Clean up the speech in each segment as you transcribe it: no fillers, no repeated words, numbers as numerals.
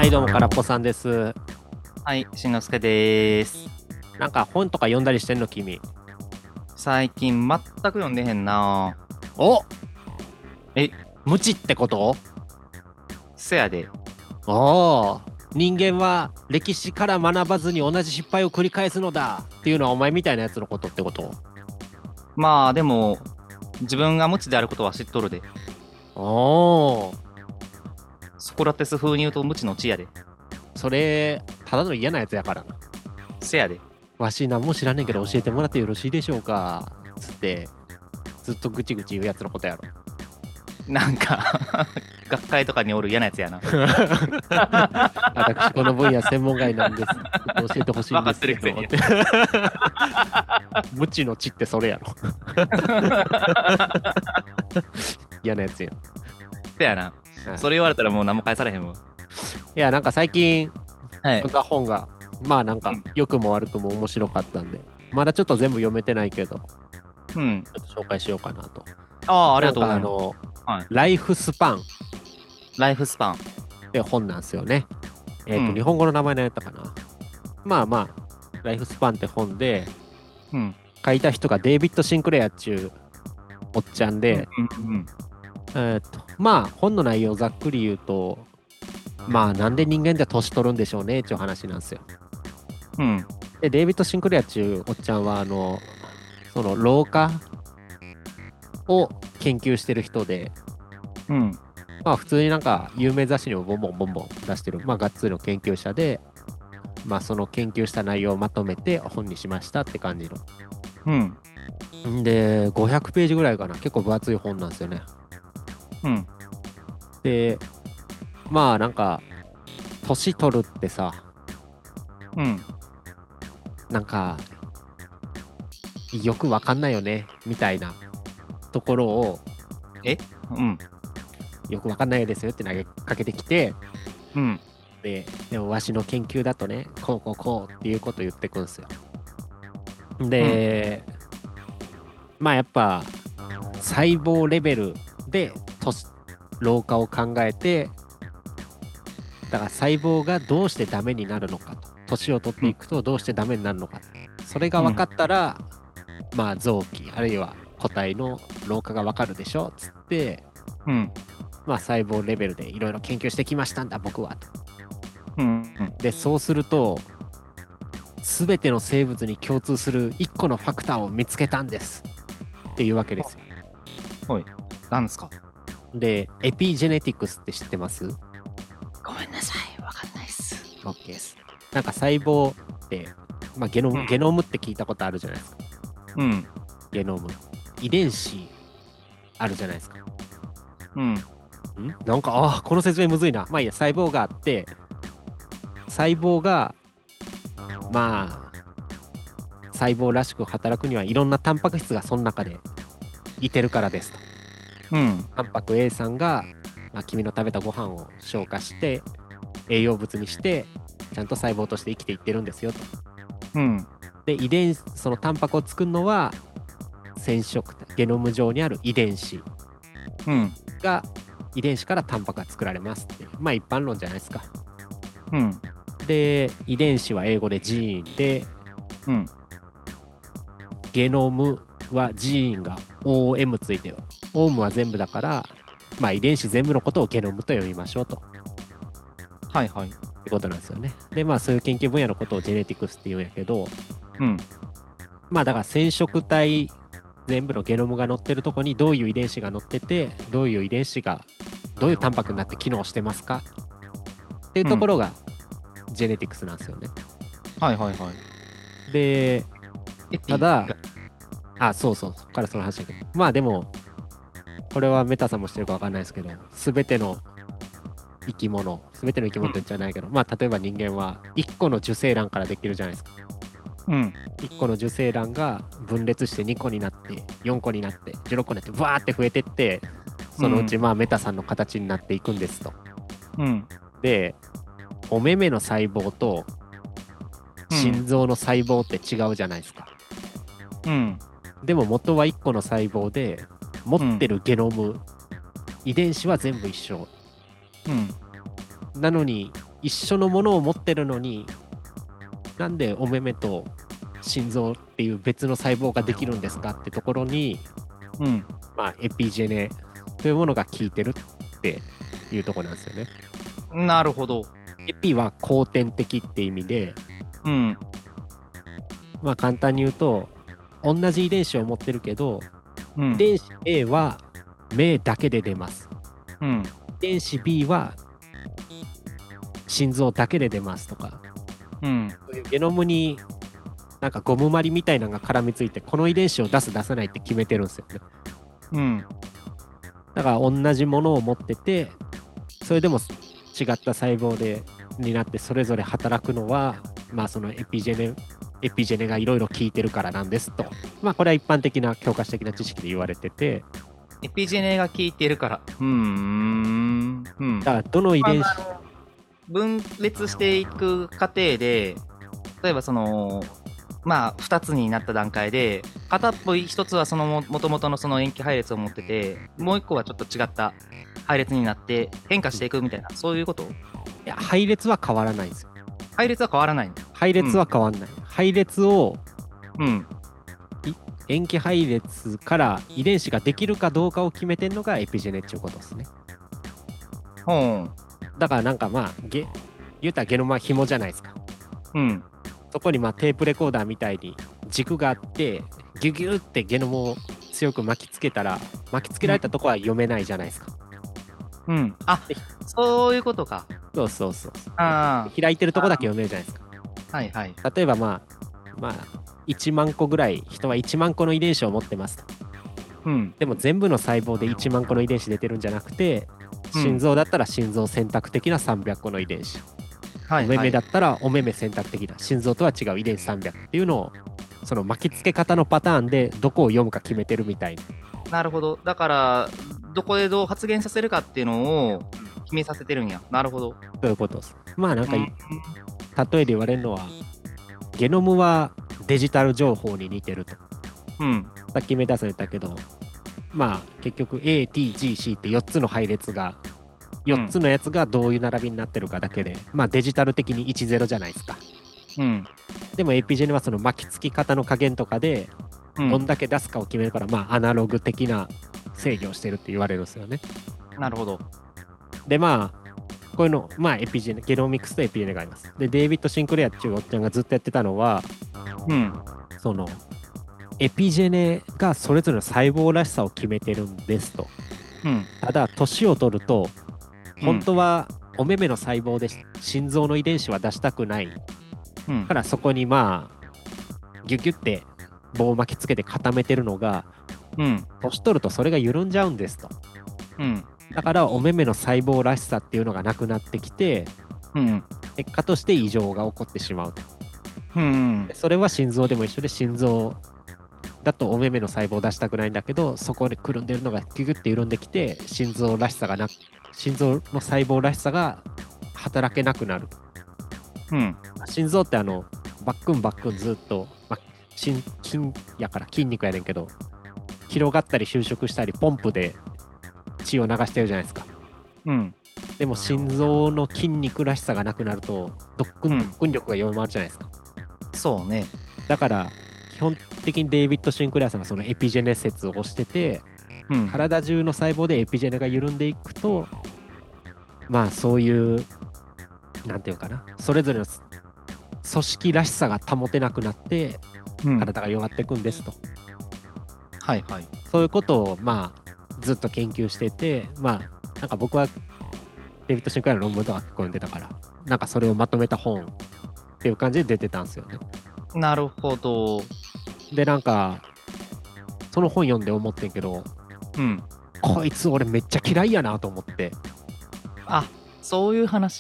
はいどうもからっぽさんです。 はい、しんのすけです。 なんか本とか読んだりしてんの君？ 最近全く読んでへんな。 お、 え、 無知ってこと？ せやで。 おお、人間は歴史から学ばずに同じ失敗を繰り返すのだっていうのはお前みたいなやつのことってこと？ まあでも、自分が無知であることは知っとるで。 おお、 ソクラテス風に言うと無知の知やで。 それただの嫌なやつやからな。 せやで。 わし何も知らねえけど教えてもらってよろしいでしょうかつってずっとぐちぐち言うやつのことやろ。 なんか学会とかにおる嫌なやつやな。 私この分野専門外なんです。ちょっと教えてほしいんですけどって。 分かってるく無知の知ってそれやろ。嫌なやつやん。 せやな。それ言われたらもう何も返されへんわ。 いや、なんか最近はい。 読んだ本が、まあなんか良くも悪くも面白かったんで、まだちょっと全部読めてないけど、ちうん。 ょっと紹介しようかなと。 ああ、ありなんがとうございます。 かはい。 ライフスパンっライフスパン。 て本なんですよね。 うん日本語の名前何やったかな。まあまあ、ライフスパンって本で、 うん。 書いた人がデイビッド・シンクレアっちゅうおっちゃんうんで、 うんまあ本の内容をざっくり言うと、まあなんで人間って年取るんでしょうねっていう話なんですよ。 うん。 で、デイビッド・シンクレアっちゅうおっちゃんは、その老化を研究してる人で、 うん。 まあ普通になんか有名雑誌にもボンボンボンボン出してる、まあがっつりの研究者で、まあその研究した内容をまとめて本にしましたって感じの。 うん。 で、500ページぐらいかな。結構分厚い本なんですよね。 うん。 で、まあなんか、年取るってさ、 うん。 なんか、よくわかんないよね、みたいなところを、 えうん。 よくわかんないですよって投げかけてきて、 うん。 でもわしの研究だとね、こうこうこうっていうことを言ってくんですよ。 うん。 で、まあやっぱ、細胞レベルで老化を考えて、だから細胞がどうしてダメになるのかと、年を取っていくとどうしてダメになるのか、それが分かったら、まあ臓器あるいは個体の老化が分かるでしょつって、 うん。 まあ細胞レベルでいろいろ研究してきましたんだ僕はと。 うん。 でそうすると全ての生物に共通する1個のファクターを見つけたんですっていうわけですよ。 はい。なんですか？ でエピジェネティクスって知ってます？ ごめんなさい。わかんないっす。 OK です。なんか細胞って、まあ、ゲノムって聞いたことあるじゃないですか。 うん。 ゲノム。遺伝子あるじゃないですか。 うん。 なんか、この説明むずいな。まあいいや、細胞があって、細胞が、まあ、細胞らしく働くにはいろんなタンパク質がその中でいてるからですと。 うん。 タンパク A さんが、まあ、君の食べたご飯を消化して、栄養物にして、ちゃんと細胞として生きていってるんですよと。 うん。 で、そのタンパクを作るのは、染色体、ゲノム上にある遺伝子うん。 が、遺伝子からタンパクが作られますっていう、まあ一般論じゃないですか。 うん。 で、遺伝子は英語でジーンで、 うん。 ゲノムはジーンが OM ついてる。OM は全部だから、まあ遺伝子全部のことをゲノムと呼びましょうと。 はいはい。 ってことなんですよね。で、まあそういう研究分野のことをジェネティクスって言うんやけど、 うん。 まあだから染色体全部のゲノムが載ってるとこにどういう遺伝子が載ってて、どういう遺伝子がどういうタンパクになって機能してますかっていうところがジェネティクスなんですよね。 はいはいはい。 で、 エピただ、そうそう、そっからその話だけど、まあでも、これはメタさんもしてるか分かんないですけど、すべての生き物って言っちゃないけど、まあ例えば人間は1個の受精卵からできるじゃないですか。 うん。 1個の受精卵が分裂して2個になって4個になって16個になってバーって増えてってそのうちまあメタさんの形になっていくんですと。 うん。 でお目目の細胞と心臓の細胞って違うじゃないですか。 うん。 でも元は1個の細胞で持ってるゲノム、遺伝子は全部一緒うん。 なのに一緒のものを持ってるのになんでお目目と心臓っていう別の細胞ができるんですかってところに、 うん。 まあ、エピジェネというものが効いてるっていうところなんですよね。 なるほど。 エピは後天的って意味で、 うん。 まあ簡単に言うと同じ遺伝子を持ってるけど、 うん遺。伝子 A は目だけで出ます。 うん。 遺伝子 B は心臓だけで出ますとか、 うん。 そういうゲノムになんかゴムまりみたいなのが絡みついて、この遺伝子を出す出さないって決めてるんですよね。 うん。 だから同じものを持ってて、それでも違った細胞でになってそれぞれ働くのは、まあそのエピジェネがいろいろ効いてるからなんですと。まあこれは一般的な教科書的な知識で言われてて、 エピジェネが効いてるから。うん。 だからどの遺伝子、 分裂していく過程で、例えばその、まあ、2つになった段階で、片っぽ1つはそのもともとのその塩基配列を持ってて、もう1個はちょっと違った配列になって変化していくみたいな、そういうこと？ いや配列は変わらないんですよ。 配列は変わらないの？ 配列は変わらない。配列をうん。 塩基配列から遺伝子ができるかどうかを決めてるのがエピジェネっていうことですね。 ほん。 だからなんかまあ言うたらゲノムは紐じゃないですか。 うん。 そこにまあテープレコーダーみたいに軸があってギュギュってゲノムを強く巻きつけたら巻きつけられたとこは読めないじゃないですか。 うん。あ、そういうことか。 そうそうそう。 あ開いてるとこだけ読めるじゃないですか。 あ。はいはい。 例えばまあ1万個ぐらい人は1万個の遺伝子を持ってますと。 うん。 でも全部の細胞で1万個の遺伝子出てるんじゃなくて、 うん心臓だったら心臓選択的な300個の遺伝子、 はいはい。 お目目だったらお目目選択的な心臓とは違う遺伝子300っていうのをその巻きつけ方のパターンでどこを読むか決めてるみたいな。 なるほど。だから、どこでどう発現させるかっていうのを決めさせてるんや。なるほど。 そういうことです。まあなんかうん例えで言われるのはゲノムはデジタル情報に似てると。 うん。 さっき目指されたけど、まあ結局 A、T、G、C って4つの配列が4つのやつがどういう並びになってるかだけで、まあデジタル的に10じゃないですか。 うん。 でもエピジェネはその巻きつき方の加減とかでうんどんだけ出すかを決めるから、まあアナログ的な制御をしてるって言われるんですよね。 なるほど。 でまあこういうのまあエピジェネゲノミクスとエピジェネがあります。でデイビッド・シンクレアっていうおっちゃんがずっとやってたのはうん。 そのエピジェネがそれぞれの細胞らしさを決めてるんですと。 うん。 ただ年を取ると本当はお目目の細胞で心臓の遺伝子は出したくないうんからそこにまあギュギュって棒を巻きつけて固めてるのがうん。 年取るとそれが緩んじゃうんですと。 うん。 だからお目目の細胞らしさっていうのがなくなってきてうん。 結果として異常が起こってしまうと。 うん。 それは心臓でも一緒で心臓だとお目目の細胞を出したくないんだけどそこでくるんでるのがギュギュって緩んできて心臓らしさが心臓の細胞らしさが働けなくなる。 うん。 心臓ってバックンバックンずっと、まあ、筋やから筋肉やねんけど広がったり収縮したりポンプで血を流してるじゃないですか。 うん。 でも心臓の筋肉らしさがなくなると特訓力が弱まるじゃないですか。 そうね。 だから基本的にデイビッド・シンクレアさんがそのエピジェネ説を推しててうん。 体中の細胞でエピジェネが緩んでいくとまあそういうなんていうかなそれぞれの組織らしさが保てなくなってうん。 体が弱っていくんですと。 はいはい。 そういうことをまあずっと研究しててまあなんか僕はデイビッド・シンクレアの論文とか結構読んでたからなんかそれをまとめた本っていう感じで出てたんですよね。 なるほど。 でなんかその本読んで思ってんけどうん。 こいつ俺めっちゃ嫌いやなと思ってあ、そういう話？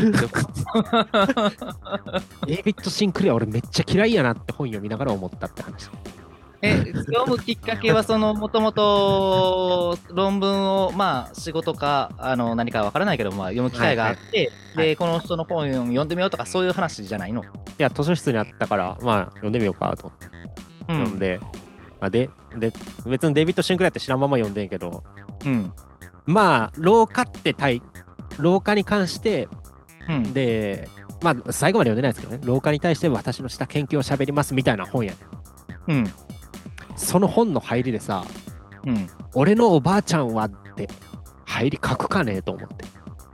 デイビッド・シンクレア俺めっちゃ嫌いやなって本読みながら思ったって話。 読むきっかけはもともと論文をまあ仕事か何かわからないけど、まあ、読む機会があって、 はいでこの人の本読んでみようとかそういう話じゃないの？ いや図書室にあったからまあ読んでみようかと思って読んで、まあ、で別にデイビッド・シンクレアって知らんまま読んでんけどうん。 まあ老化に関してうん。 で、まあ、最後まで読んでないですけどね、老化に対して私のした研究を喋りますみたいな本やねん。 うん。 その本の入りでさ、 うん。 俺のおばあちゃんはって入り書くかねと思って。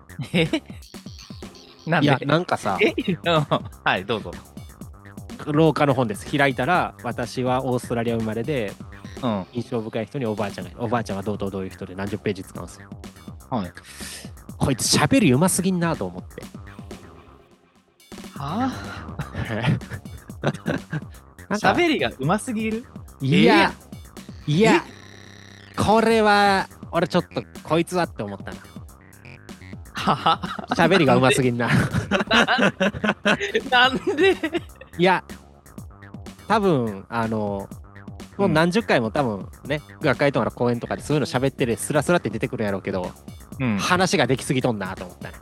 なんでいや、なんかさ、 はい、どうぞ。 廊下の本です。開いたら、私はオーストラリア生まれで、 うん。 印象深い人におばあちゃんがいる。おばあちゃんはどういう人で何十ページ使うんですよ。 はい。 こいつ喋りうますぎんなと思って。 はなんか喋りがうますぎる。 いや、いや、これは、俺ちょっとこいつはって思ったな。 はは喋りがうますぎんな。 なんでいや、多分もう何十回も多分ね、学会とかの講演とかでそういうの喋ってるスラスラって出てくるんやろうけど、 うん。 話ができすぎとんなと思ったね。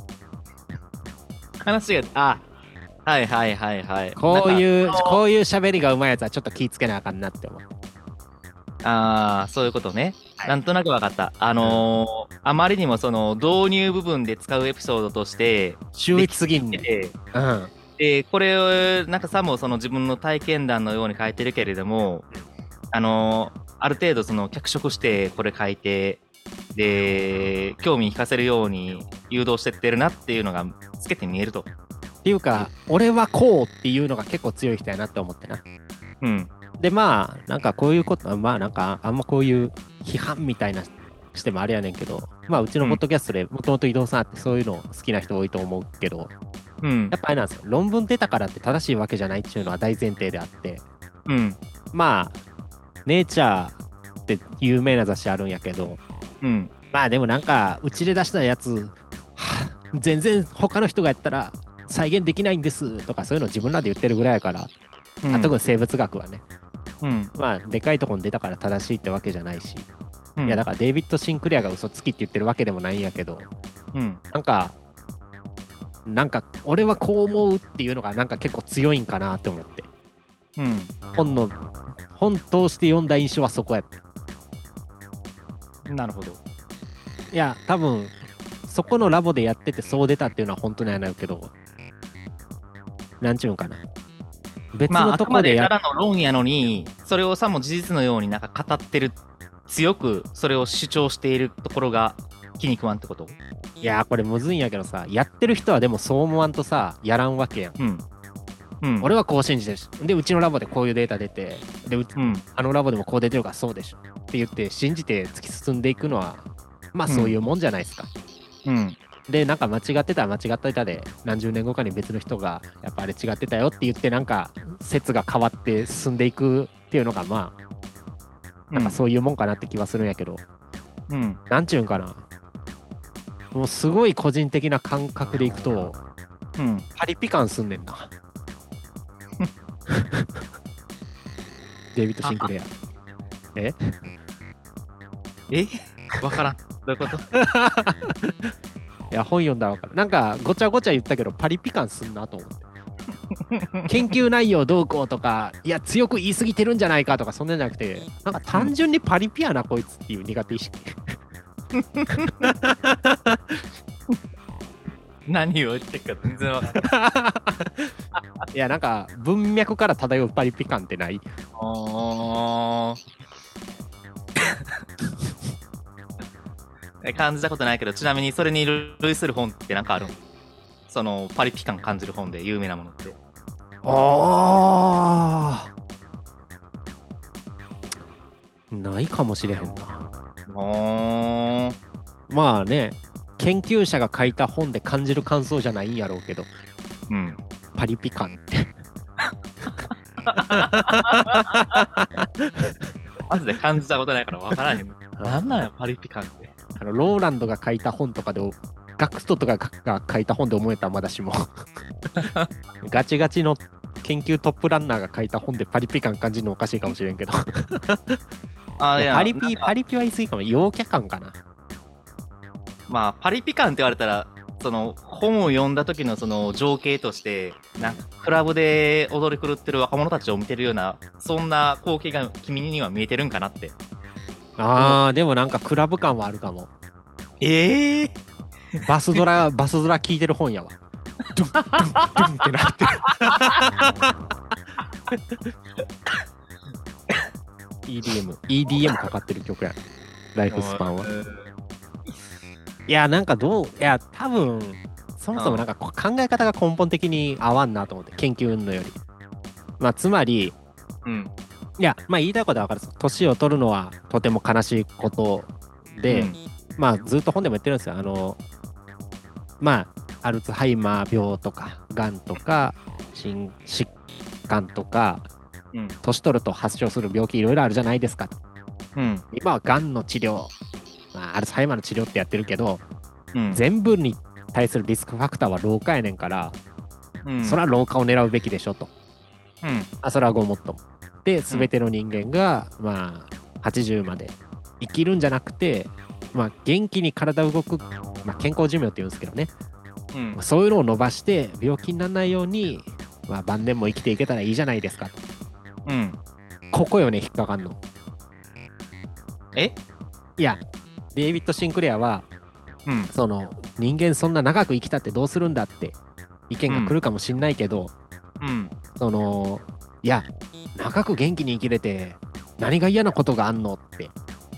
話が、はいはいはいはい。 こういうなんか喋りがうまいやつはちょっと気ぃつけなあかんなって思う。 そういうことね。 はいなんとなくわかった。あまりにもその導入部分で使うエピソードとして、 秀逸すぎんねん。 で、 うん。 これを、なんかさもその自分の体験談のように書いてるけれども、ある程度その脚色してこれ書いて、で、興味引かせるように誘導してってるなっていうのがつけて見えると。 っていうか、俺はこうっていうのが結構強い人やなって思ってな。 うん。 で、まあ、なんかこういうこと、まあなんかあんまこういう批判みたいなしてもあれやねんけど、まあうちのポッドキャストでもともと移動さんあってそういうの好きな人多いと思うけど、 うんや。っぱあれなんですよ。論文出たからって正しいわけじゃないっていうのは大前提であって、 うん。 まあ、ネイチャーって有名な雑誌あるんやけど、 うん。 まあでもなんか、うちで出したやつ、全然他の人がやったら再現できないんですとかそういうの自分らで言ってるぐらいやから、 うん。 特に生物学はね、 うん。 まあでかいとこに出たから正しいってわけじゃないし、 うん。 いやだからデイビッド・シンクレアが嘘つきって言ってるわけでもないんやけど、 うん。 なんか俺はこう思うっていうのがなんか結構強いんかなって思って、 うん。 本通して読んだ印象はそこやった。 なるほど。 いや多分そこのラボでやっててそう出たっていうのは本当にはないけど、なんちゅうんかな、別まあ、 のあくまでとこでやただの論やのに、それをさも事実のようになんか語ってる、強くそれを主張しているところが気に食わんってこと？ いやこれむずいんやけどさ、やってる人はでもそう思わんとさやらんわけやん。 うん。うん。 俺はこう信じてるし、でうちのラボでこういうデータ出て、でうん。 あのラボでもこう出てるからそうでしょって言って信じて突き進んでいくのはまあそういうもんじゃないですか。 うん。 でなんか間違ってたら間違ってたで何十年後かに別の人がやっぱあれ違ってたよって言ってなんか説が変わって進んでいくっていうのがまあなんかそういうもんかなって気はするんやけど、 うん。 なんちゅうんかな、もうすごい個人的な感覚でいくとうん。 パリピ感すんねんな。デイビッド・シンクレア。 わからん。どういうこと？ いや本読んだら分かる。なんかごちゃごちゃ言ったけどパリピ感すんなと思って。研究内容どうこうとか、いや強く言い過ぎてるんじゃないかとかそんなんじゃなくて、なんか単純にパリピやなこいつっていう苦手意識。 何を言ってるか全然わからない。 いやなんか文脈から漂うパリピ感ってない？ 感じたことないけど、ちなみにそれに類する本ってなんかあるん？そのパリピ感感じる本で有名なものって。 ないかもしれへんな。 おー。 まあね、研究者が書いた本で感じる感想じゃないんやろうけど、 うん。 パリピ感ってマジで感じたことないからわからへん。なんなんや、パリピ感って。 ローランドが書いた本とかで、ガクストとかが書いた本で思えたらまだしもガチガチの研究トップランナーが書いた本でパリピ感感じるのおかしいかもしれんけどいやパリピは言い過ぎかも。陽キャ感かな。 まあ、パリピ感って言われたら、その本を読んだ時のその情景として、なんかクラブで踊り狂ってる若者たちを見てるような、そんな光景が君には見えてるんかなって。 でもなんかクラブ感はあるかも。 バスドラ聞いてる本やわ。ドゥンドゥンドゥンってなってる。EDM かかってる曲や。ライフスパンは。いや、なんかいや、多分、そもそもなんか考え方が根本的に合わんなと思って、研究云々より。まあ、つまり、いや、まあ言いたいことは分かるんです。年を取るのはとても悲しいことで、まあずっと本でも言ってるんですよ。まあ、アルツハイマー病とか、がんとか、心疾患とか、年取ると発症する病気いろいろあるじゃないですかと。今はがんの治療、まあ、アルツハイマーの治療ってやってるけど、全部に対するリスクファクターは老化やねんから、それは老化を狙うべきでしょと。それはごもっとも。で、全ての人間が、まあ、80まで生きるんじゃなくて、まあ、元気に体動く、まあ、健康寿命って言うんですけどね、そういうのを伸ばして病気にならないように、まあ、晩年も生きていけたらいいじゃないですかと。ここよね、引っかかんの。いや、デイビッド・シンクレアは、その人間そんな長く生きたってどうするんだって意見が来るかもしんないけど、そのいや長く元気に生きれて何が嫌なことがあんのって、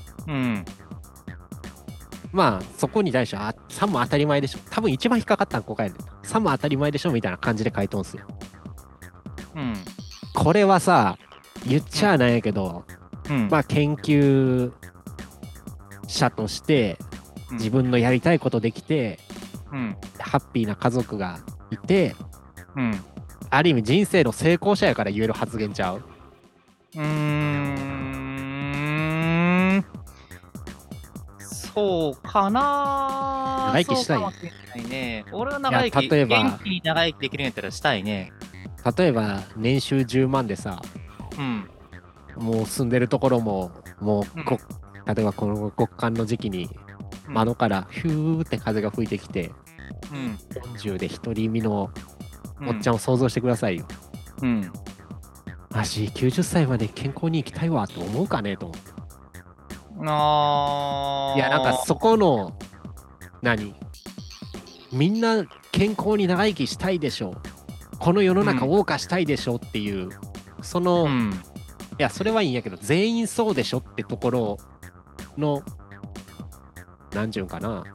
まあそこに対してさも当たり前でしょ、多分一番引っかかったんここやねん。さも当たり前でしょみたいな感じで回答んすよ。これはさ言っちゃなんやけど、まあ研究者として自分のやりたいことできて、ハッピーな家族がいて、ある意味人生の成功者やから言える発言ちゃう？ そうかな。 長生きしたい？ そうかもしれないね。俺は長生き、 例えば元気に長生きできるんやったらしたいね。 例えば年収10万でさ、もう住んでるところももう例えばこの極寒の時期に窓からヒューって風が吹いてきて、40で独り身のおっちゃんを想像してくださいよ。マジ90歳まで健康に生きたいわと思うかねと思って。いやなんかそこのみんな健康に長生きしたいでしょう、この世の中を謳歌したいでしょうっていう、その、いやそれはいいんやけど全員そうでしょってところの何ちゅうんかな、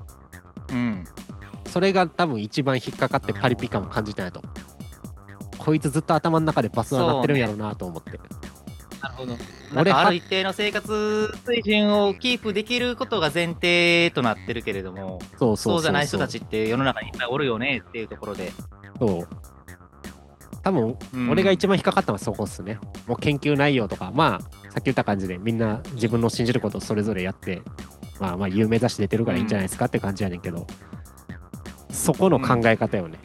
それが多分一番引っかかってパリピ感を感じたんやと。こいつずっと頭の中でバスは鳴ってるんやろうなと思って。 なるほど。なんかある一定の生活水準をキープできることが前提となってるけれども、そうじゃない人たちって世の中にいっぱいおるよねっていうところで。そう。 多分、俺が一番引っかかったのはそこっすね。もう研究内容とか、まあ、さっき言った感じでみんな自分の信じることをそれぞれやって、まあ有名雑誌出てるからいいんじゃないですかって感じやねんけど、そこの考え方よね。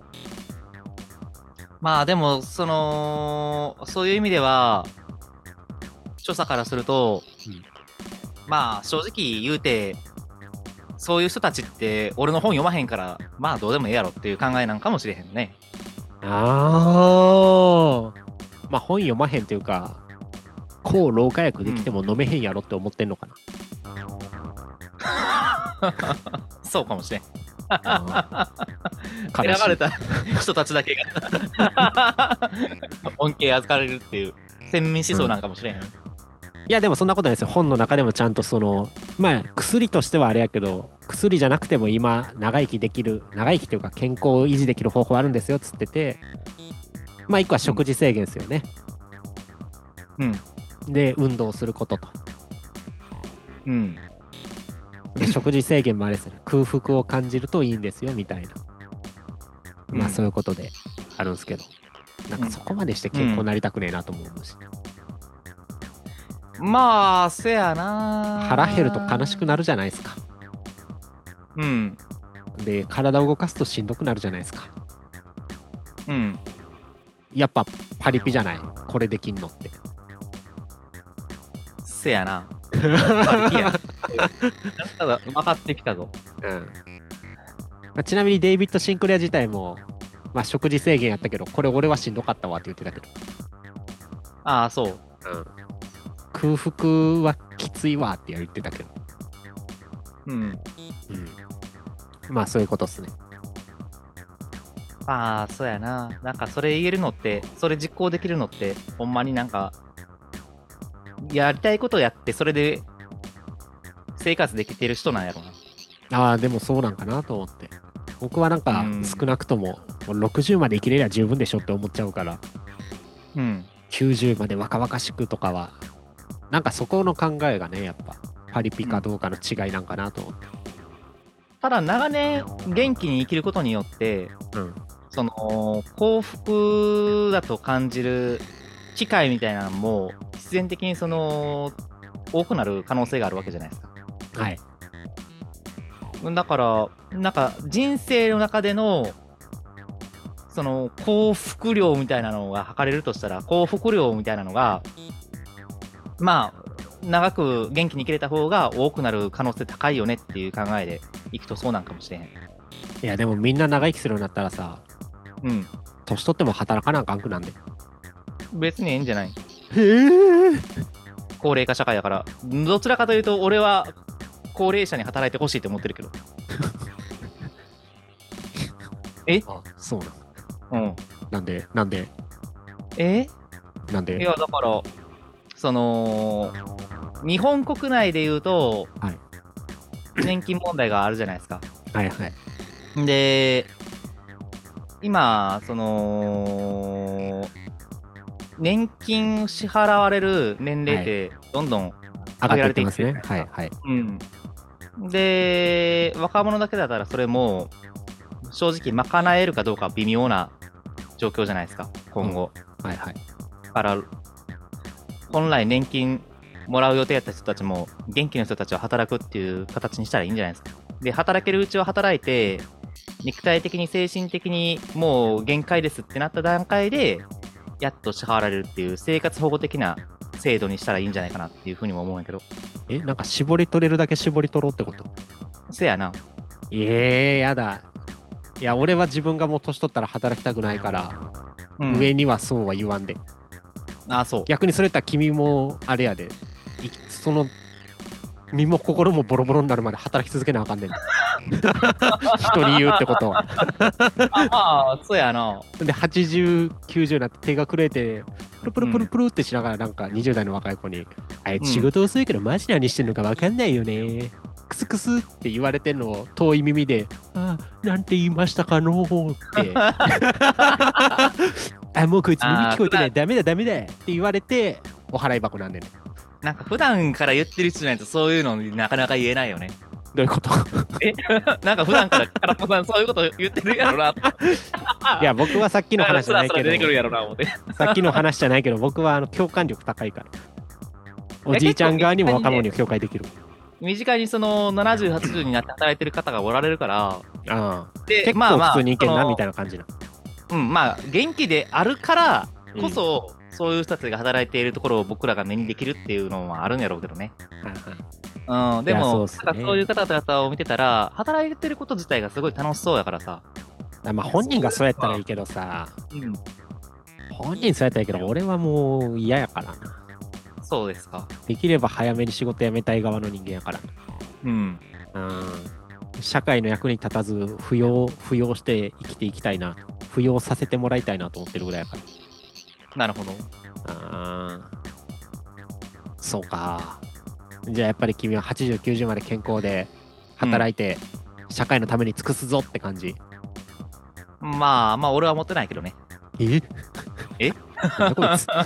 まあでも、そういう意味では、著者からすると、まあ正直言うて、そういう人たちって俺の本読まへんから、まあどうでもええやろっていう考えなんかもしれへんね。 まあ本読まへんっていうか、抗老化薬できても飲めへんやろって思ってんのかな。 そうかもしれん。選ばれた人たちだけが恩恵預かれるっていう先民思想なんかもしれへん。 いやでもそんなことないですよ。本の中でもちゃんとまあ薬としてはあれやけど、薬じゃなくても今長生きできる、長生きというか健康を維持できる方法あるんですよっつってて、まあ一個は食事制限ですよね。で運動することと。で食事制限もあれですよね。空腹を感じるといいんですよみたいな。まあそういうことであるんですけど、なんかそこまでして健康になりたくねえなと思うし。 まあせやな。 腹減ると悲しくなるじゃないですか。で体を動かすとしんどくなるじゃないですか。やっぱパリピじゃない、これできんのって。 せやな。パリピやな。分かってきたぞ。 ちなみにデイビッド・シンクレア自体も、まあ、食事制限やったけど、これ俺はしんどかったわって言ってたけど。 ああ、そう。 空腹はきついわって言ってたけど。 まあそういうことっすね。 まあ、そうやな。なんかそれ言えるのって、それ実行できるのって、ほんまになんか、やりたいことやって、それで生活できてる人なんやろな。 ああ、でもそうなんかなと思って。僕はなんかうん少なくとも60まで生きれりゃ十分でしょって思っちゃうから、 うん。 90まで若々しくとかは、なんかそこの考えがね、やっぱパリピかどうかの違いなんかなと思って。 ただ、長年元気に生きることによって、 うん。 その、幸福だと感じる機会みたいなのも、必然的にその、多くなる可能性があるわけじゃないですか。 はい。 だから、なんか人生の中での、その幸福量みたいなのが測れるとしたら、幸福量みたいなのが、まあ、長く元気に生きれた方が多くなる可能性高いよねっていう考えでいくとそうなんかもしれへん。 いや、でもみんな長生きするようになったらさ、 うん。 年取っても働かなあかんくなんで。 別にええんじゃない？ へえ。 高齢化社会だから。どちらかというと、俺は高齢者に働いてほしいと思ってるけど。えあ、そうなん。 うん。 なんでえなんで。 いや、だから、その、日本国内で言うと、 はい。 年金問題があるじゃないですか。 はいはい。 で、今、その、年金支払われる年齢ってどんどん上がっていって上げられていってるますね。はいはい。 うん。で、若者だけだったらそれも正直賄えるかどうか微妙な状況じゃないですか、今後。 はいはい。 だから、本来年金もらう予定やった人たちも、元気な人たちは働くっていう形にしたらいいんじゃないですか。で、働けるうちは働いて、肉体的に精神的にもう限界ですってなった段階で、やっと支払われるっていう生活保護的な制度にしたらいいんじゃないかなっていうふうにも思うんやけど。 なんか絞り取れるだけ絞り取ろうってこと？ せやな。 やだ。いや、俺は自分がもう年取ったら働きたくないから、 うん。 上にはそうは言わんで。 あ、そう。 逆にそれやったら君も、あれやで、その、身も心もボロボロになるまで働き続けなあかんねん。人に言うってことは。 あ、まあ、そうやな。 で、80、90になって手が震えて、プルプルプルプルってしながら、なんか20代の若い子に、あいつ仕事遅いけどマジ何してんのか分かんないよね。クスクスって言われてんのを遠い耳で、あ、なんて言いましたかのーって。あ、もうこいつ耳聞こえてない。ダメだダメだって言われて、お払い箱なんでね。 なんか普段から言ってる人じゃないとそういうのなかなか言えないよね。 どういうことなんか普段から空っぽさんそういうこと言ってるやろな。 いや、僕はさっきの話じゃないけ出てくるど、 やろな、思って。 さっきの話じゃないけど、僕は共感力高いから。おじいちゃん側にも若者に共感できる。 身近にその70、80になって働いてる方がおられるから、 ああ。 で、 結構普通にいけんな、みたいな感じな。 まあ、元気であるからこそ、そういう人たちが働いているところを僕らが目にできるっていうのはあるんやろうけどね。でも、 そうっすね、 なんかそういう方々を見てたら、働いてること自体がすごい楽しそうやからさ。 まあ本人がそうやったらいいけどさ、本人そうやったらいいけど、俺はもう嫌やからな。 そうですか。 できれば早めに仕事辞めたい側の人間やから。社会の役に立たず、扶養して生きていきたいな。扶養させてもらいたいなと思ってるぐらいやから。 なるほど。 そうか。じゃあやっぱり君は80、90まで健康で働いて、社会のために尽くすぞって感じ。 まあ、俺は思ってないけどね。 えなんだこいつ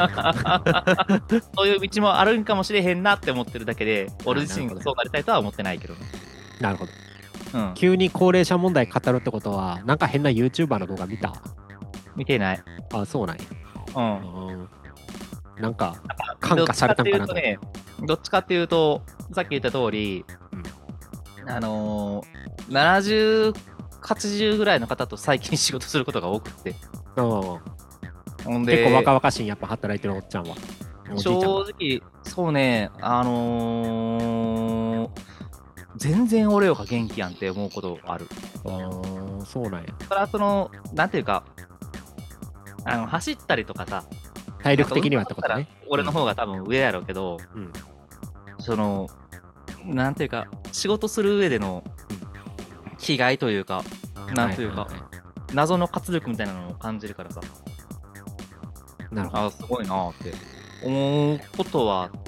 そういう道もあるんかもしれへんなって思ってるだけで、俺自身がそうなりたいとは思ってないけどね。 なるほど。急に高齢者問題語るってことは、なんか変な YouTuber の動画見た？ 見てない。 あ、そうなんや。なんか、 感化されたんかな。どっちかっていうと、さっき言った通り、70、80ぐらいの方と最近仕事することが多くて。 結構若々しいんやっぱ働いてるおっちゃんは。 正直、そうね、全然俺よが元気やんって思うことある。 そうなんや。 それはなんていうか、走ったりとかさ、 体力的にはってことね。 俺の方が多分上やろうけど、なんていうか、仕事する上での気概というか、なんというか、 はいはいは謎の活力みたいなのを感じるからさ、 いなるほど。 あ、すごいなーって思うことはあって、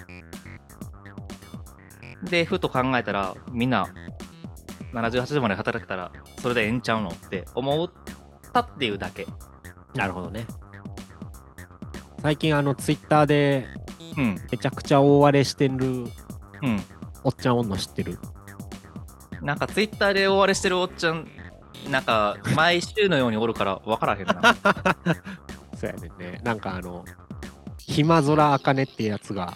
で、ふと考えたら、みんな70、80まで働けたら、それでええんちゃうのって思ったっていうだけ。 なるほどね。最近ツイッターでうん、 めちゃくちゃ大荒れしてるうん。 おっちゃんおんの知ってる？ なんかツイッターで大荒れしてるおっちゃん、なんか毎週のようにおるから分からへんな。 そうやねんね。なんか暇空あかねってやつが、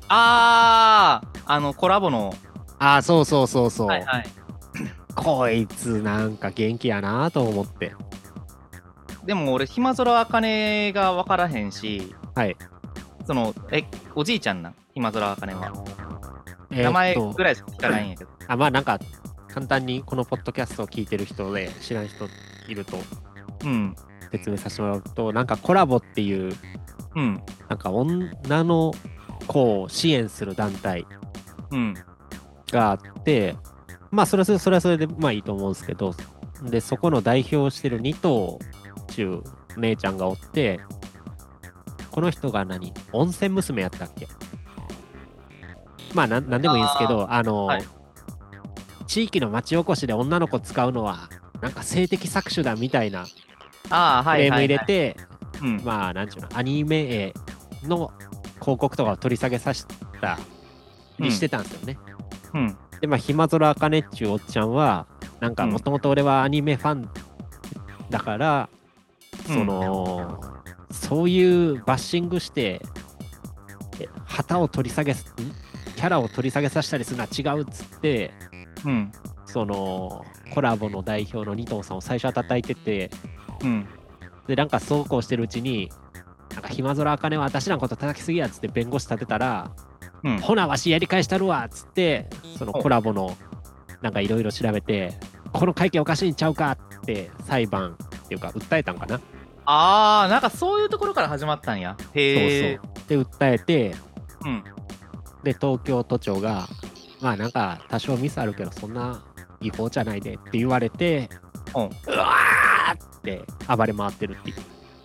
コラボの。 ああ、そうそうそうそう。 はいはい。 こいつなんか元気やなと思って。 でも俺、暇空あかねが分からへんし、 はい。 おじいちゃんなん、暇空あかねは。 え名前ーっと、 ぐらいしかないんやけど。 まあなんか、簡単にこのポッドキャストを聞いてる人で知らん人いるとうん、 説明させてもらうと、なんかコラボっていう、 うん、 なんか女の子を支援する団体うん、 があって、まあそれはそれでまあいいと思うんですけど、で、そこの代表をしてる2頭っていう姉ちゃんがおって、この人が温泉娘やったっけ？まあなんでもいいんですけど、 はい。 地域の町おこしで女の子使うのは、なんか性的搾取だみたいなはフレームいはいはい。 入れて、 うん、 まあなんちゅうの、アニメの広告とかを取り下げさせたりしてたんですよね。 うん、 で、まあ、暇空あかねっちゅうおっちゃんは、なんかもともと俺はアニメファンだから、そういうバッシングして、旗を取り下げす、キャラを取り下げさせたりするのは違うっつって、 うん、 コラボの代表の二藤さんを最初は叩いてて、 うん。 で、なんかそうこうしてるうちに、なんか暇空あかねは私らのこと叩きすぎやっつって弁護士立てたら、 うん。 ほな、わしやり返したるわっつって、そのコラボのなんかいろいろ調べて、この会見おかしいんちゃうかって裁判っていうか訴えたんかな。 なんかそういうところから始まったんや。 そうへえ。 そう。で、訴えて、 うん。 で、東京都庁が、まあなんか多少ミスあるけど、そんな違法じゃないでって言われて、 うん。 うわーって暴れ回ってるっていう。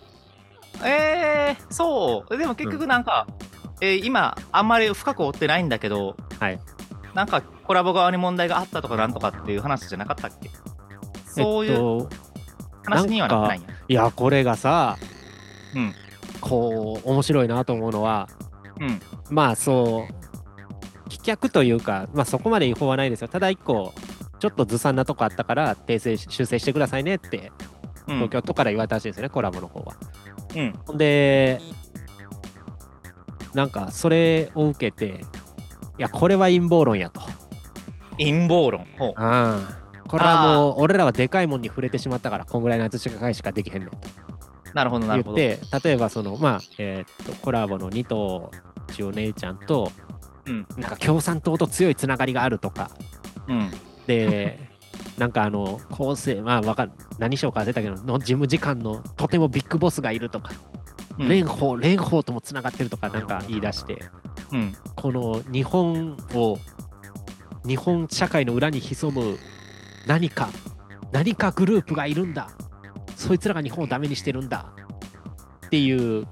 そう。でも結局なんか、今、あんまり深く追ってないんだけど、 はい。 なんかコラボ側に問題があったとかなんとかっていう話じゃなかったっけ？ えっそういうと、な話にはなってんか、 ないんや。 いや、これがさ、 うん。 こう、面白いなと思うのは、 うん。 まあそう、棄却というか、まあそこまで違法はないですよ。ただ一個、ちょっとずさんなとこあったから、修正してくださいねって、 うん。 東京都から言われたらしいんですよね、コラボの方は。 うん。 ほんで、なんかそれを受けて、いや、これは陰謀論やと。 陰謀論。ほう。 これはもう、俺らはでかいもんに触れてしまったから、こんぐらいの圧力しかできへんねんとなるほど、なるほど。 言って、例えばまあ、コラボの2頭ちお姉ちゃんと、 うん。 なんか共産党と強いつながりがあるとか、 うん。 で、なんかまあ何しようか忘れたけど、の事務次官のとてもビッグボスがいるとか、 うん。 蓮舫ともつながってるとかなんか言い出して、 うん。 この日本社会の裏に潜む何かグループがいるんだ。そいつらが日本をダメにしてるんだ。っていう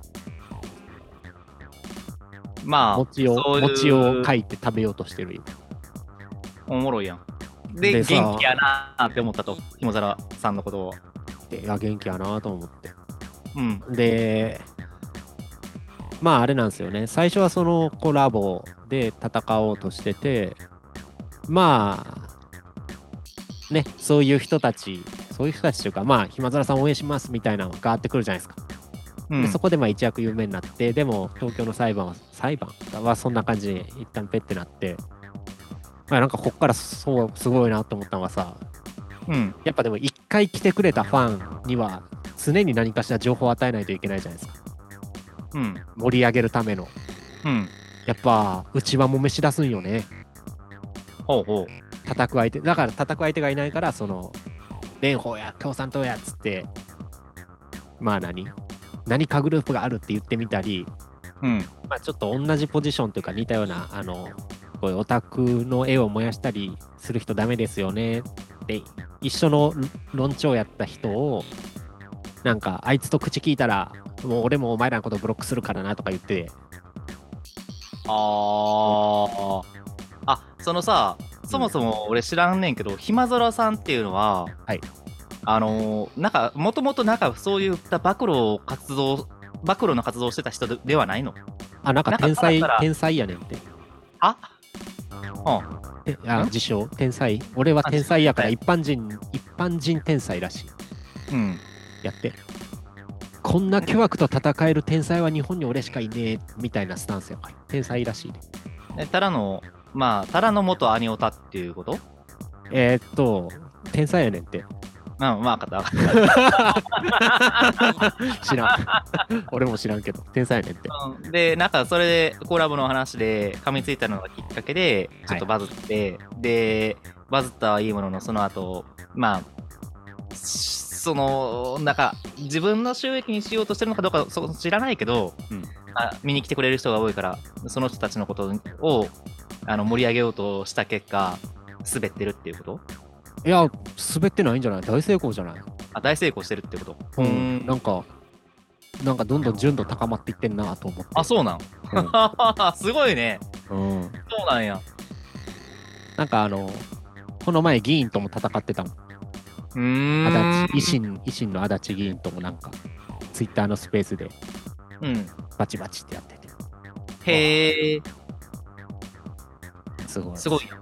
まあ、 餅を書いて食べようとしてる今。 おもろいやん。で、 でさ元気やなーって思ったと、芋皿さんのことを。 いや、元気やなと思って。 うん。 で、まああれなんですよね。最初はそのコラボで戦おうとしてて、まあ、ね、そういう人たちというか、まあ、暇空さん応援しますみたいなのが上がってくるじゃないですか。 うんでそこでまあ一躍有名になって、でも東京の裁判はそんな感じで一旦ペッてなって、まあなんかこっからそうすごいなと思ったのがさ、 うん。 やっぱでも一回来てくれたファンには常に何かしら情報を与えないといけないじゃないですか。 うん。 盛り上げるための。 うん。 やっぱ内輪もめし出すんよね。 ほうほう。 叩く相手がいないから、その蓮舫や共産党やっつって、まあ何かグループがあるって言ってみたり、 うん。 まあ、ちょっと同じポジションというか似たようなこういうオタクの絵を燃やしたりする人ダメですよねってって一緒の論調やった人をなんかあいつと口聞いたらもう俺もお前らのことブロックするからなとか言って、 そのさ、そもそも俺知らんねんけど、暇空さんっていうのは、 はい、 なんか、もともとなんかそういった暴露の活動してた人ではないの？ あ、なんかなんかただただ天才やねんって。 あん自称天才。俺は天才やからはい一般人天才らしい。 うん。 やって。こんな巨悪と戦える天才は日本に俺しかいねえみたいなスタンスやから。天才らしいね。 ただの元アニオタっていうこと？ 天才やねんって。 まあ、分かった。 知らん。俺も知らんけど、天才やねんって。 で、なんかそれでコラボの話で噛みついたのがきっかけで、ちょっとバズって、で、バズったはいいものの、その後、まあ、なんか、自分の収益にしようとしてるのかどうか知らないけど、見に来てくれる人が多いから、その人たちのことを盛り上げようとした結果、滑ってるっていうこと？ いや、滑ってないんじゃない？大成功じゃない？ 大成功してるってこと？ なんかどんどん純度高まっていってんなと思って。 あ、そうなん。すごいね。そうなんや。 なんかこの前議員とも戦ってたもん。維新の足立議員ともなんか、ツイッターのスペースで、バチバチってやってて。 へえ。 すごい。 すごい。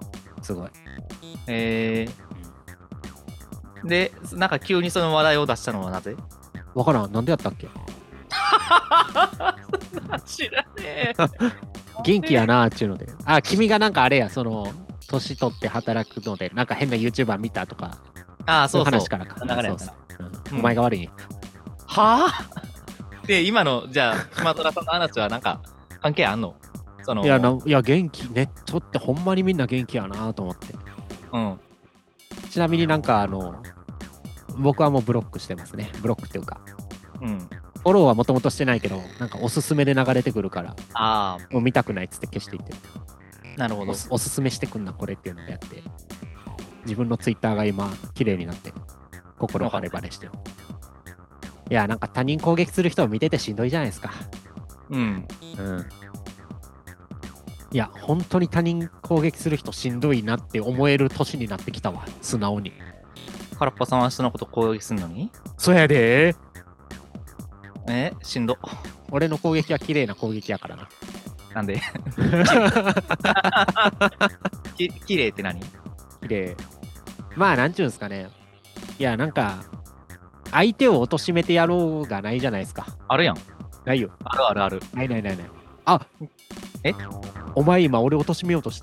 で、なんか急にその話題を出したのはなぜ？ わからん。なんでやったっけ？ 知らねえ。 元気やなーっていうので。あ、君がなんかあれや、年取って働くので、なんか変な YouTuber 見たとか、そういう話からか。お前が悪い。 はあ？で、今の、じゃあ、島虎さんの話はなんか関係あんの？ いや、元気ね。ちょっとほんまにみんな元気やなと思って。ちなみになんか僕はもうブロックしてますね。ブロックっていうか。フォローはもともとしてないけど、なんかおすすめで流れてくるから、もう見たくないっつって消していってる。 なるほど。 おすすめしてくんな、これっていうのをやって、自分のツイッターが今、綺麗になって、心晴れ晴れしてる。いや、なんか他人攻撃する人を見ててしんどいじゃないですか。いや、本当に他人攻撃する人しんどいなって思える年になってきたわ、素直に。 空っぽさんは人のこと攻撃するのに？ そやでしんど。 俺の攻撃は綺麗な攻撃やからな。 なんで？綺麗って何？ 綺麗。まあ、なんちゅうんすかね。いや、なんか、相手を貶めてやろうがないじゃないですか。 あるやん。 ないよ。 ある。 ない。あ、お前今俺貶めようとした。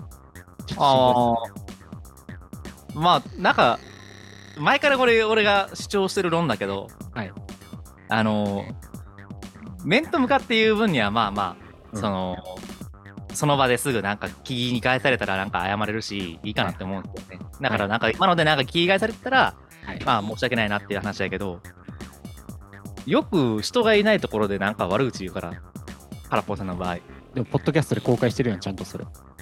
まあ、なんか、前からこれ俺が主張してる論だけど、面と向かって言う分にはまあ、その場ですぐなんか聞き返されたらなんか謝れるし、いいかなって思うんですよね。だからなんか今のでなんか聞き返されたら、まあ申し訳ないなっていう話だけど、よく人がいないところでなんか悪口言うから、空っぽさんの場合。 でも、ポッドキャストで公開してるやん、ちゃんとそれ。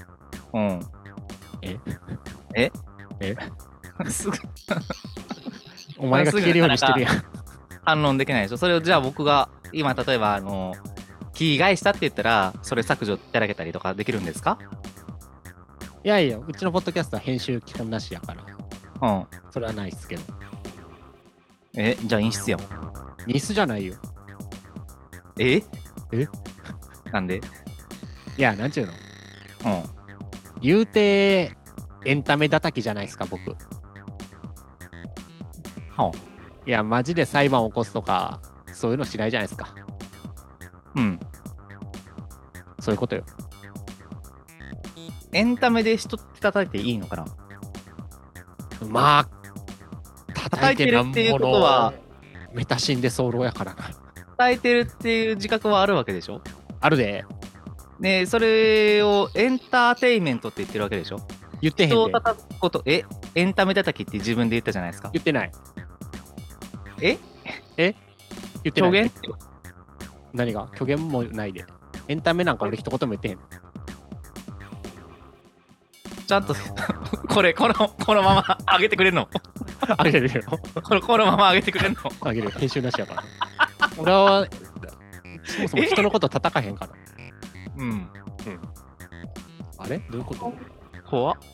すぐお前が聞けるようにしてるやん。 反論できないでしょ。それをじゃあ僕が今例えば聞き返したって言ったらそれ削除いただけたりとかできるんですか？ いやいや、うちのポッドキャストは編集基本なしやから。それはないっすけど。 じゃあ陰湿やん。 陰湿じゃないよ。 なんで？ いや、なんちゅうの？言うて、エンタメ叩きじゃないですか、僕。いや、マジで裁判を起こすとか、そういうのしないじゃないですか。そういうことよ。 エンタメで人って叩いていいのかな？ まあ、 叩いてるっていうことは、 メタシンで早漏やからな。 叩いてるっていう自覚はあるわけでしょ？ あるで。 ね、それをエンターテインメントって言ってるわけでしょ？ 言ってへんで。 人を叩くこと、エンタメ叩きって自分で言ったじゃないですか。 言ってない。 言ってない。 虚言？ 何が？虚言もないで。エンタメなんか俺一言も言ってへん。 ちゃんとこのまま上げてくれるの？ あげるよ。 このまま上げてくれるの？ あげるよ。編集なしやから。俺は、そもそも人のこと叩かへんから。 うん。 あれどういうこと？ 怖っ。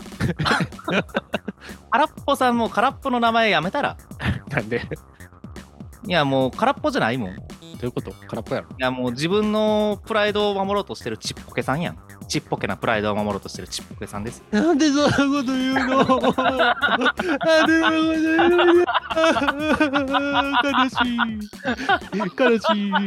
空っぽさんもう空っぽの名前やめたら。 なんで？ いやもう空っぽじゃないもん。いどういうこと？空っぽやろ。 やもう自分のプライドを守ろうとしてるちっぽけさんやん。ちっぽけなプライドを守ろうとしてるちっぽけさんです。 なんでそんなこと言うの？なんでそんなこと言うの？悲しい。悲しい。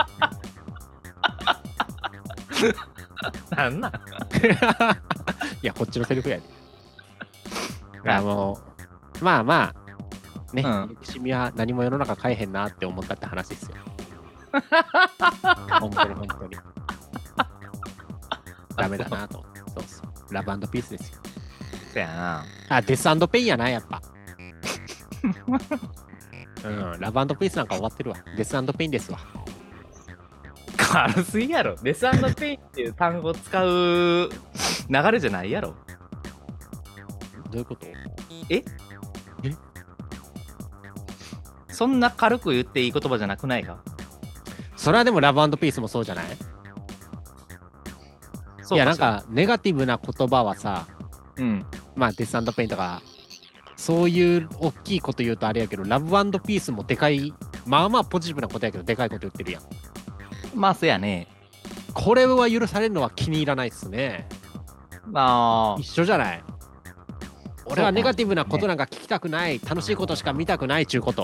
なんなん？ いや、こっちのセリフやで。いや、もう、まあまあ、ね、歴史は何も世の中変えへんなって思ったって話ですよ。本当に本当に。ダメだなと。そうそう。ラブ&ピースですよ。 そやな。 あ、デス&ペインやな、やっぱ。うん、ラブ&ピースなんか終わってるわ。デス&ペインですわ。 軽すぎやろ。デス&ペインっていう単語を使う流れじゃないやろ。 どういうこと？ えそんな軽く言っていい言葉じゃなくないか？ それはでもラブ&ピースもそうじゃない？いや、なんかネガティブな言葉はさ、まあデス&ペインとかそういう大きいこと言うとあれやけど、ラブ&ピースもでかい、まあまあポジティブなことやけどでかいこと言ってるやん。 まあそうやね。 これは許されるのは気に入らないっすね。 まあ一緒じゃない？俺はネガティブなことなんか聞きたくない、楽しいことしか見たくないっちゅうこと？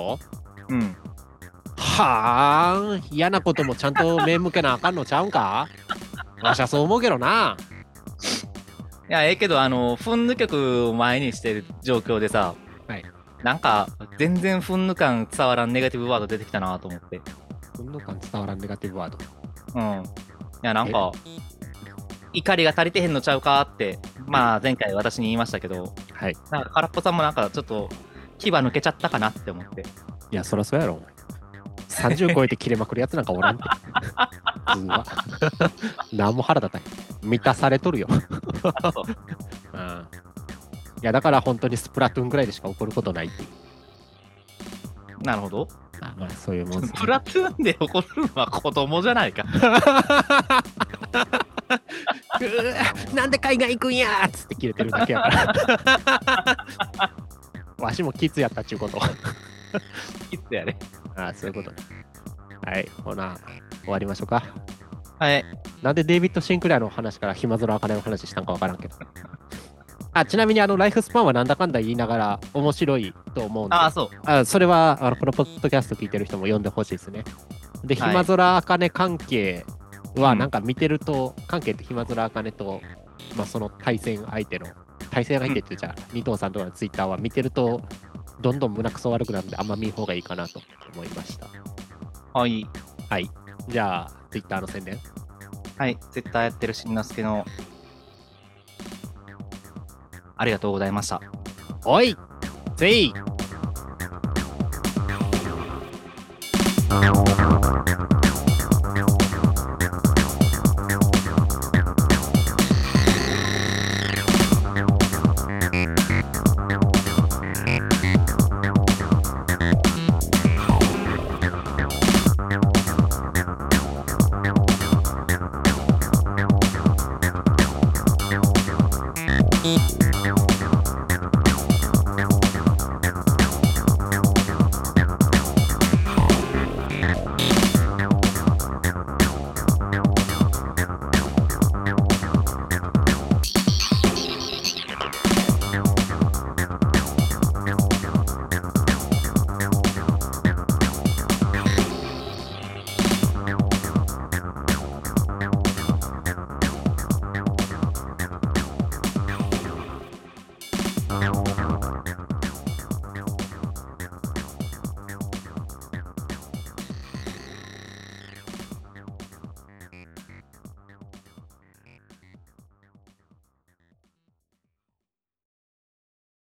はあ、嫌なこともちゃんと目向けなあかんのちゃうんか？わしはそう思うけどな。 いや、ええけど、フンヌ曲を前にしてる状況でさ、 はい、 なんか、全然フンヌ感伝わらんネガティブワード出てきたなと思って。 フンヌ感伝わらんネガティブワード。 いや、なんか、怒りが足りてへんのちゃうかって、まあ、前回私に言いましたけど、 はい。 なんか、空っぽさんもなんか、ちょっと、牙抜けちゃったかなって思って。 いや、そらそうやろ。30超えて切れまくるやつなんかおらんて。何も腹立たへん。満たされとるよ。うん、いや、だから本当にスプラトゥーンぐらいでしか起こることないっていう。 なるほど。 まあ、そういうもんです、ね。 スプラトゥーンで起こるのは子供じゃないか。 なんで海外行くんやーっつって切れてるだけやから。わしもキッズやったっちゅうこと。 キッズやね。 ああ、そういうことね。はい、ほな、終わりましょうか。 はい。 なんでデイビッド・シンクレアの話から暇空茜の話したんかわからんけど。あ、ちなみにライフスパンはなんだかんだ言いながら面白いと思うんで。 あ、そう。 それはこのポッドキャスト聞いてる人も読んでほしいですね。で、暇空茜関係はなんか見てると、関係って暇空茜と、まあ、その対戦相手ってじゃあ、二藤さんとかのツイッターは見てると、どんどん胸くそ悪くなるんで、あんま見ん方がいいかなと思いました。 はい。 はい。じゃあ、ツイッターの宣伝。 はい。ツイッターやってるしんのすけの、ありがとうございました。 おいぜい